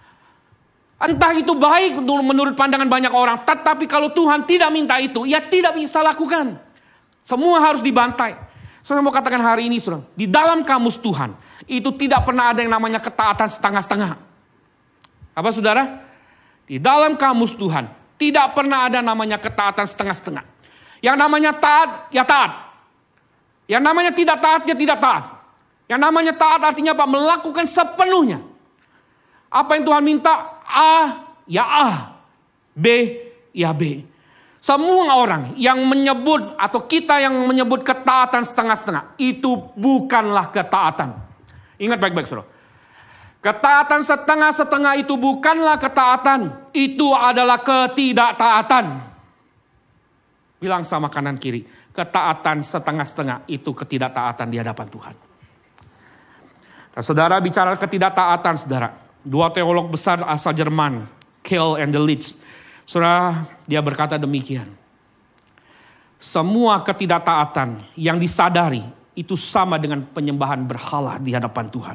Entah itu baik menurut pandangan banyak orang. Tetapi kalau Tuhan tidak minta itu, ya tidak bisa lakukan. Semua harus dibantai. Saya mau katakan hari ini, saudara, di dalam kamus Tuhan, itu tidak pernah ada yang namanya ketaatan setengah-setengah. Apa saudara? Di dalam kamus Tuhan, tidak pernah ada namanya ketaatan setengah-setengah. Yang namanya taat, ya taat. Yang namanya tidak taat, ya tidak taat. Yang namanya taat artinya apa? Melakukan sepenuhnya. Apa yang Tuhan minta, A, ya A. B, ya B. Semua orang yang menyebut atau kita yang menyebut ketaatan setengah-setengah, itu bukanlah ketaatan. Ingat baik-baik, saudara. Ketaatan setengah-setengah itu bukanlah ketaatan. Itu adalah ketidaktaatan. Bilang sama kanan kiri, ketaatan setengah-setengah itu ketidaktaatan di hadapan Tuhan. Nah, saudara bicara ketidaktaatan, saudara. Dua teolog besar asal Jerman, Keil and Delitzsch. Saudara, dia berkata demikian. Semua ketidaktaatan yang disadari itu sama dengan penyembahan berhala di hadapan Tuhan.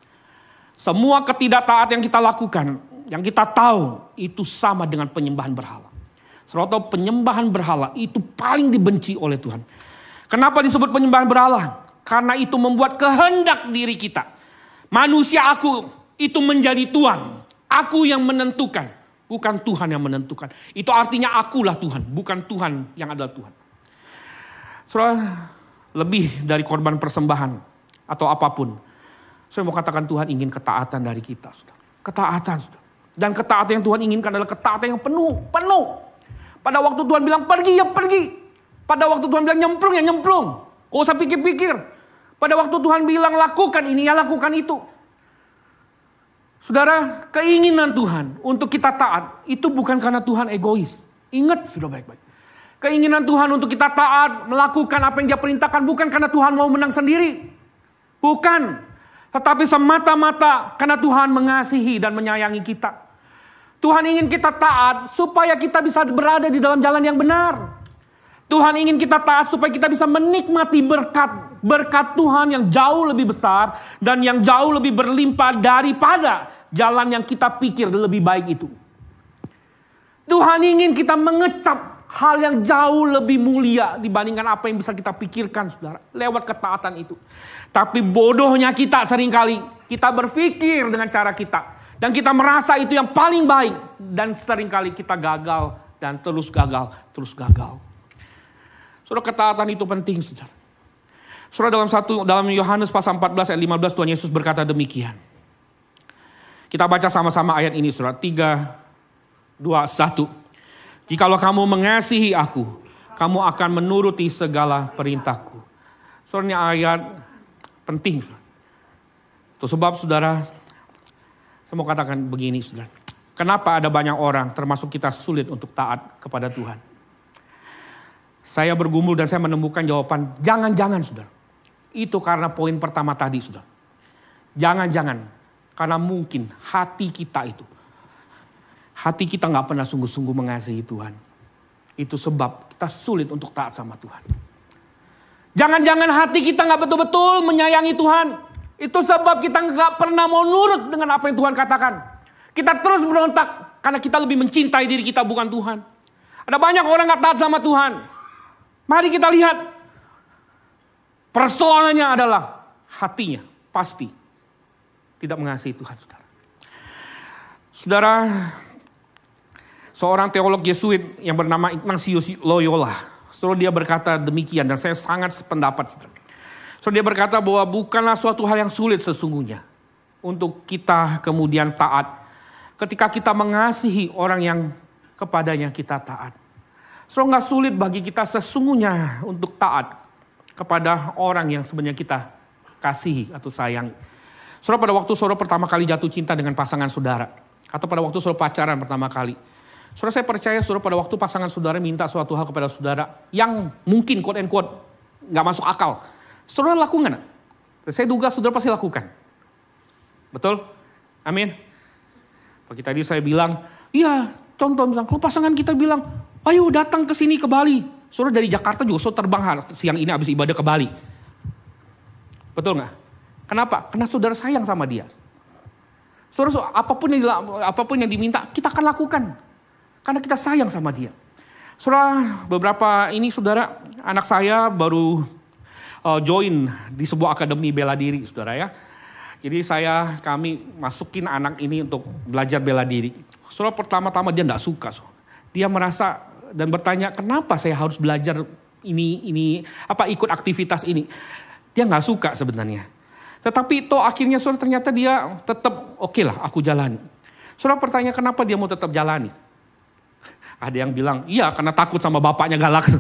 Semua ketidaktaatan yang kita lakukan, yang kita tahu, itu sama dengan penyembahan berhala. Saudara tahu penyembahan berhala itu paling dibenci oleh Tuhan. Kenapa disebut penyembahan berhala? Karena itu membuat kehendak diri kita. Manusia aku itu menjadi Tuhan. Aku yang menentukan. Bukan Tuhan yang menentukan. Itu artinya akulah Tuhan. Bukan Tuhan yang adalah Tuhan. Saudara, lebih dari korban persembahan atau apapun. Saya mau katakan Tuhan ingin ketaatan dari kita. Saudara. Ketaatan. Saudara. Dan ketaatan yang Tuhan inginkan adalah ketaatan yang penuh. Penuh. Pada waktu Tuhan bilang pergi, ya pergi. Pada waktu Tuhan bilang nyemplung, ya nyemplung. Gak usah pikir-pikir. Pada waktu Tuhan bilang lakukan ini, ya lakukan itu. Saudara, keinginan Tuhan untuk kita taat itu bukan karena Tuhan egois. Ingat sudah baik-baik. Keinginan Tuhan untuk kita taat, melakukan apa yang Dia perintahkan bukan karena Tuhan mau menang sendiri. Bukan. Tetapi semata-mata karena Tuhan mengasihi dan menyayangi kita. Tuhan ingin kita taat supaya kita bisa berada di dalam jalan yang benar. Tuhan ingin kita taat supaya kita bisa menikmati berkat Tuhan yang jauh lebih besar dan yang jauh lebih berlimpah daripada jalan yang kita pikir lebih baik itu. Tuhan ingin kita mengecap hal yang jauh lebih mulia dibandingkan apa yang bisa kita pikirkan, saudara, lewat ketaatan itu. Tapi bodohnya kita seringkali kita berpikir dengan cara kita dan kita merasa itu yang paling baik dan seringkali kita gagal dan terus gagal. Saudara, ketaatan itu penting, saudara. Saudara, dalam Yohanes pasal 14 ayat 15 Tuhan Yesus berkata demikian. Kita baca sama-sama ayat ini, saudara. 3, 2, 1. Jikalau kamu mengasihi aku, kamu akan menuruti segala perintahku. Saudara, ini ayat penting, saudara. Itu sebab, saudara, saya mau katakan begini, saudara. Kenapa ada banyak orang, termasuk kita, sulit untuk taat kepada Tuhan? Saya bergumul dan saya menemukan jawaban, jangan-jangan saudara. Itu karena poin pertama tadi saudara. Jangan-jangan, karena mungkin hati kita itu. Hati kita gak pernah sungguh-sungguh mengasihi Tuhan. Itu sebab kita sulit untuk taat sama Tuhan. Jangan-jangan hati kita gak betul-betul menyayangi Tuhan. Itu sebab kita gak pernah mau nurut dengan apa yang Tuhan katakan. Kita terus berontak karena kita lebih mencintai diri kita, bukan Tuhan. Ada banyak orang gak taat sama Tuhan. Mari kita lihat. Persoalannya adalah hatinya pasti tidak mengasihi Tuhan, saudara. Saudara, seorang teolog Yesuit yang bernama Ignatius Loyola, saudara, dia berkata demikian dan saya sangat sependapat, saudara. Saudara, dia berkata bahwa bukanlah suatu hal yang sulit sesungguhnya untuk kita kemudian taat ketika kita mengasihi orang yang kepadanya kita taat. Saudara, gak sulit bagi kita sesungguhnya untuk taat kepada orang yang sebenarnya kita kasihi atau sayangi. Saudara, pada waktu saudara pertama kali jatuh cinta dengan pasangan saudara, atau pada waktu saudara pacaran pertama kali, saudara, saya percaya saudara pada waktu pasangan saudara minta suatu hal kepada saudara yang mungkin quote and quote gak masuk akal, saudara lakukan gak? Saya duga saudara pasti lakukan. Betul? Amin. Pagi tadi saya bilang, iya, contoh misalnya, kalau pasangan kita bilang, ayo datang ke sini ke Bali. Saudara dari Jakarta juga saudara terbang siang ini habis ibadah ke Bali. Betul nggak? Kenapa? Karena saudara sayang sama dia. Saudara, apapun yang diminta, kita akan lakukan. Karena kita sayang sama dia. Saudara, beberapa ini saudara, anak saya baru join di sebuah akademi bela diri, saudara ya. Jadi kami masukin anak ini untuk belajar bela diri. Saudara, pertama-tama dia enggak suka. Dia merasa dan bertanya, kenapa saya harus belajar ikut aktivitas ini. Dia enggak suka sebenarnya. Tetapi akhirnya saudara ternyata dia tetap oke lah aku jalani. Saudara bertanya kenapa dia mau tetap jalani. Ada yang bilang, iya karena takut sama bapaknya galak.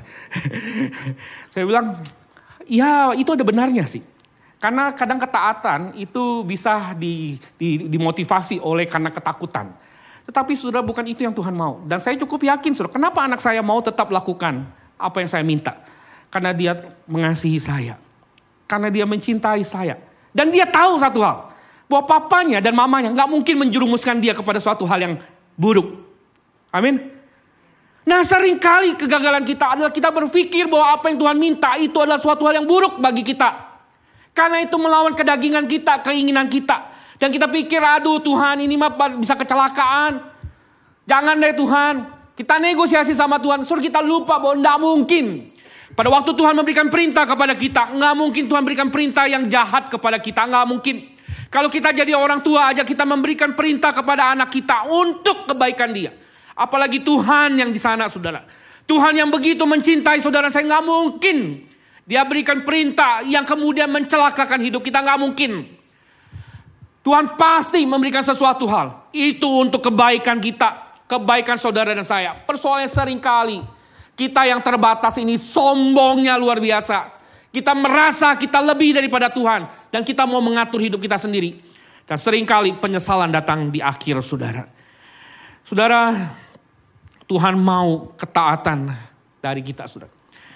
Saya bilang, iya itu ada benarnya sih. Karena kadang ketaatan itu bisa dimotivasi oleh karena ketakutan. Tetapi saudara bukan itu yang Tuhan mau. Dan saya cukup yakin saudara, kenapa anak saya mau tetap lakukan apa yang saya minta. Karena dia mengasihi saya. Karena dia mencintai saya. Dan dia tahu satu hal. Bahwa papanya dan mamanya gak mungkin menjerumuskan dia kepada suatu hal yang buruk. Amin. Nah seringkali kegagalan kita adalah kita berpikir bahwa apa yang Tuhan minta itu adalah suatu hal yang buruk bagi kita. Karena itu melawan kedagingan kita, keinginan kita. Dan kita pikir, aduh Tuhan ini mah bisa kecelakaan. Jangan deh Tuhan. Kita negosiasi sama Tuhan. Saudara, kita lupa bahwa tidak mungkin. Pada waktu Tuhan memberikan perintah kepada kita, nggak mungkin Tuhan berikan perintah yang jahat kepada kita. Nggak mungkin. Kalau kita jadi orang tua aja kita memberikan perintah kepada anak kita untuk kebaikan dia. Apalagi Tuhan yang di sana saudara. Tuhan yang begitu mencintai saudara, saya nggak mungkin. Dia berikan perintah yang kemudian mencelakakan hidup kita, nggak mungkin. Tuhan pasti memberikan sesuatu hal. Itu untuk kebaikan kita, kebaikan saudara dan saya. Persoalannya seringkali kita yang terbatas ini sombongnya luar biasa. Kita merasa kita lebih daripada Tuhan dan kita mau mengatur hidup kita sendiri. Dan seringkali penyesalan datang di akhir saudara. Saudara, Tuhan mau ketaatan dari kita saudara.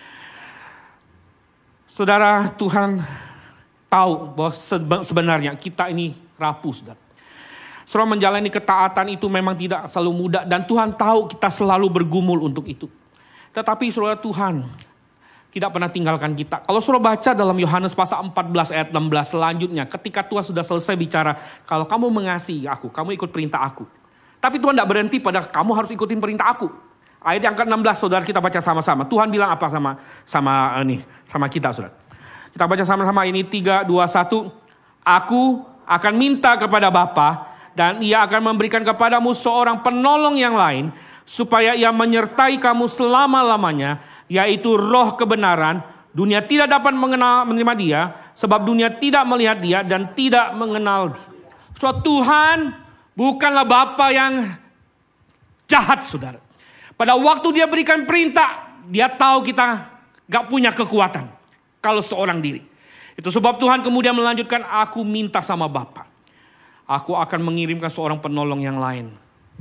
Saudara, Tuhan tahu bahwa sebenarnya kita ini rapuh, saudara. Saudara, menjalani ketaatan itu memang tidak selalu mudah dan Tuhan tahu kita selalu bergumul untuk itu. Tetapi saudara, Tuhan tidak pernah tinggalkan kita. Kalau saudara baca dalam Yohanes pasal 14 ayat 16 selanjutnya, ketika Tuhan sudah selesai bicara, kalau kamu mengasihi aku, kamu ikut perintah aku. Tapi Tuhan tidak berhenti pada kamu harus ikutin perintah aku. Ayat yang ke-16 saudara kita baca sama-sama. Tuhan bilang apa sama kita saudara. Kita baca sama-sama ini 3, 2, 1. Aku akan minta kepada Bapa dan ia akan memberikan kepadamu seorang penolong yang lain supaya ia menyertai kamu selama-lamanya, yaitu Roh kebenaran. Dunia tidak dapat menerima dia sebab dunia tidak melihat dia dan tidak mengenal dia. So, Tuhan bukanlah Bapa yang jahat saudara. Pada waktu dia berikan perintah, dia tahu kita gak punya kekuatan kalau seorang diri. Itu sebab Tuhan kemudian melanjutkan, aku minta sama Bapa. Aku akan mengirimkan seorang penolong yang lain.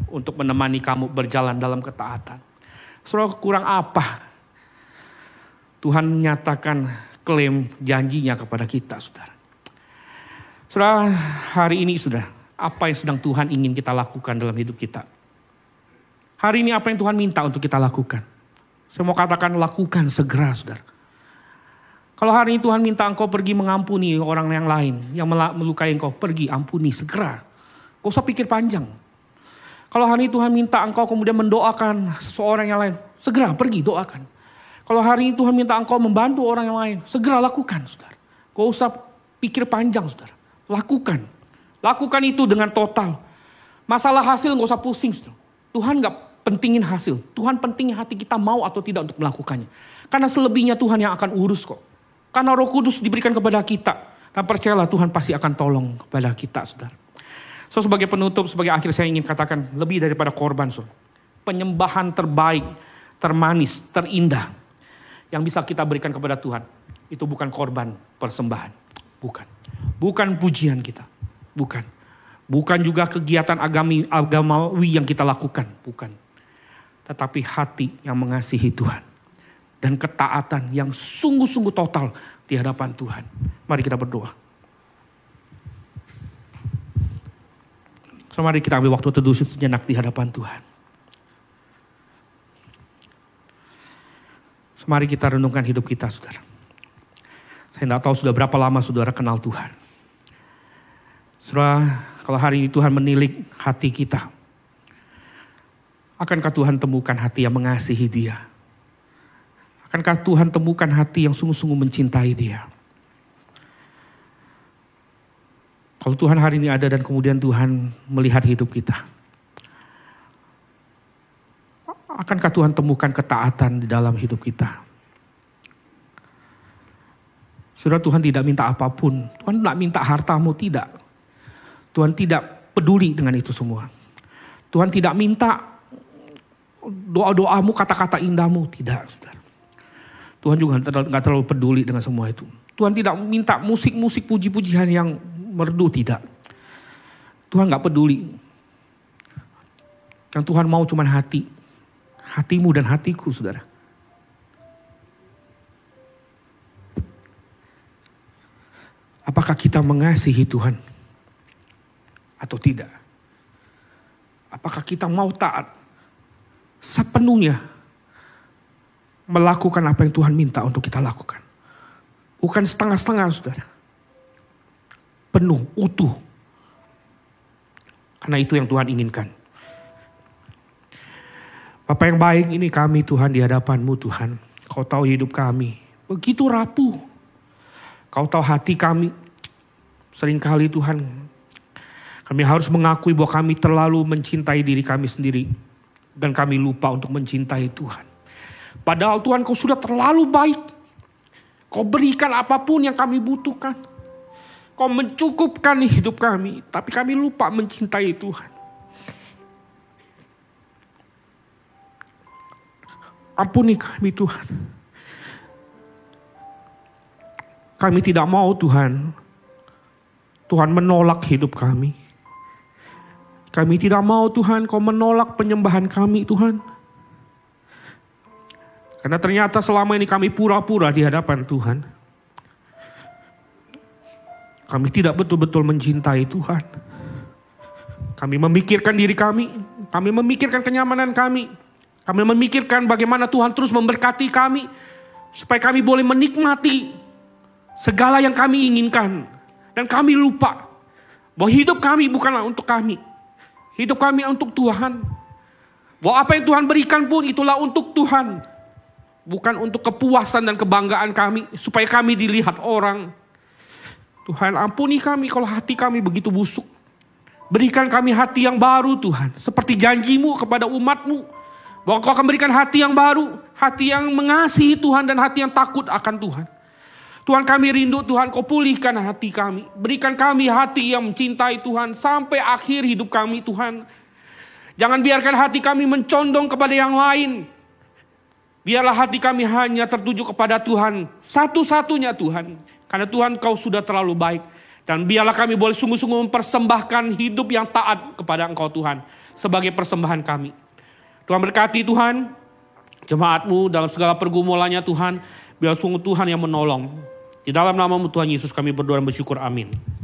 untuk menemani kamu berjalan dalam ketaatan. Saudara, kurang apa Tuhan menyatakan klaim janjinya kepada kita, saudara. Saudara, hari ini saudara, apa yang sedang Tuhan ingin kita lakukan dalam hidup kita? Hari ini apa yang Tuhan minta untuk kita lakukan? Saya mau katakan lakukan segera, saudara. Kalau hari ini Tuhan minta engkau pergi mengampuni orang yang lain yang melukai engkau, pergi ampuni segera. Gak usah pikir panjang. Kalau hari ini Tuhan minta engkau kemudian mendoakan seseorang yang lain, segera pergi doakan. Kalau hari ini Tuhan minta engkau membantu orang yang lain, segera lakukan, saudara. Gak usah pikir panjang, saudara. Lakukan. Lakukan itu dengan total. Masalah hasil gak usah pusing, saudara. Tuhan gak pentingin hasil. Tuhan pentingin hati kita mau atau tidak untuk melakukannya. Karena selebihnya Tuhan yang akan urus kok. Karena Roh Kudus diberikan kepada kita. Dan percayalah Tuhan pasti akan tolong kepada kita, saudara. So, sebagai penutup, sebagai akhir saya ingin katakan lebih daripada korban, saudara. Penyembahan terbaik, termanis, terindah yang bisa kita berikan kepada Tuhan. Itu bukan korban persembahan. Bukan. Bukan pujian kita. Bukan. Bukan juga kegiatan agamawi yang kita lakukan. Bukan. Tetapi hati yang mengasihi Tuhan. Dan ketaatan yang sungguh-sungguh total di hadapan Tuhan. Mari kita berdoa. So, mari kita ambil waktu teduh sejenak di hadapan Tuhan. So, mari kita renungkan hidup kita, saudara. Saya tidak tahu sudah berapa lama saudara kenal Tuhan. Saudara, kalau hari ini Tuhan menilik hati kita, akankah Tuhan temukan hati yang mengasihi Dia? Akankah Tuhan temukan hati yang sungguh-sungguh mencintai Dia? Kalau Tuhan hari ini ada dan kemudian Tuhan melihat hidup kita, akankah Tuhan temukan ketaatan di dalam hidup kita? Saudara, Tuhan tidak minta apapun. Tuhan tidak minta hartamu, tidak. Tuhan tidak peduli dengan itu semua. Tuhan tidak minta doa-doamu, kata-kata indahmu, tidak, saudara. Tuhan juga gak terlalu peduli dengan semua itu. Tuhan tidak minta musik-musik puji-pujian yang merdu, tidak. Tuhan gak peduli. Yang Tuhan mau cuma hati. Hatimu dan hatiku, saudara. Apakah kita mengasihi Tuhan? Atau tidak? Apakah kita mau taat sepenuhnya melakukan apa yang Tuhan minta untuk kita lakukan? Bukan setengah-setengah, saudara. Penuh, utuh. Karena itu yang Tuhan inginkan. Bapa yang baik, ini kami Tuhan di hadapan-Mu, Tuhan. Kau tahu hidup kami begitu rapuh. Kau tahu hati kami. Seringkali Tuhan, kami harus mengakui bahwa kami terlalu mencintai diri kami sendiri. Dan kami lupa untuk mencintai Tuhan. Padahal Tuhan, Kau sudah terlalu baik. Kau berikan apapun yang kami butuhkan. Kau mencukupkan hidup kami. Tapi kami lupa mencintai Tuhan. Ampuni kami, Tuhan. Kami tidak mau, Tuhan. Tuhan menolak hidup kami. Kami tidak mau, Tuhan, Kau menolak penyembahan kami, Tuhan. Karena ternyata selama ini kami pura-pura di hadapan Tuhan. Kami tidak betul-betul mencintai Tuhan. Kami memikirkan diri kami. Kami memikirkan kenyamanan kami. Kami memikirkan bagaimana Tuhan terus memberkati kami. Supaya kami boleh menikmati segala yang kami inginkan. Dan kami lupa bahwa hidup kami bukanlah untuk kami. Hidup kami untuk Tuhan. Bahwa apa yang Tuhan berikan pun itulah untuk Tuhan. Bukan untuk kepuasan dan kebanggaan kami. Supaya kami dilihat orang. Tuhan, ampuni kami kalau hati kami begitu busuk. Berikan kami hati yang baru, Tuhan. Seperti janji-Mu kepada umat-Mu. Bahwa Kau akan berikan hati yang baru. Hati yang mengasihi Tuhan dan hati yang takut akan Tuhan. Tuhan, kami rindu, Tuhan, Kau pulihkan hati kami. Berikan kami hati yang mencintai Tuhan sampai akhir hidup kami, Tuhan. Jangan biarkan hati kami mencondong kepada yang lain. Biarlah hati kami hanya tertuju kepada Tuhan. Satu-satunya Tuhan. Karena Tuhan, Kau sudah terlalu baik. Dan biarlah kami boleh sungguh-sungguh mempersembahkan hidup yang taat kepada Engkau Tuhan. Sebagai persembahan kami. Tuhan berkati Tuhan. Jemaat-Mu dalam segala pergumulannya Tuhan. Biar sungguh Tuhan yang menolong. Di dalam nama-Mu Tuhan Yesus kami berdoa dan bersyukur. Amin.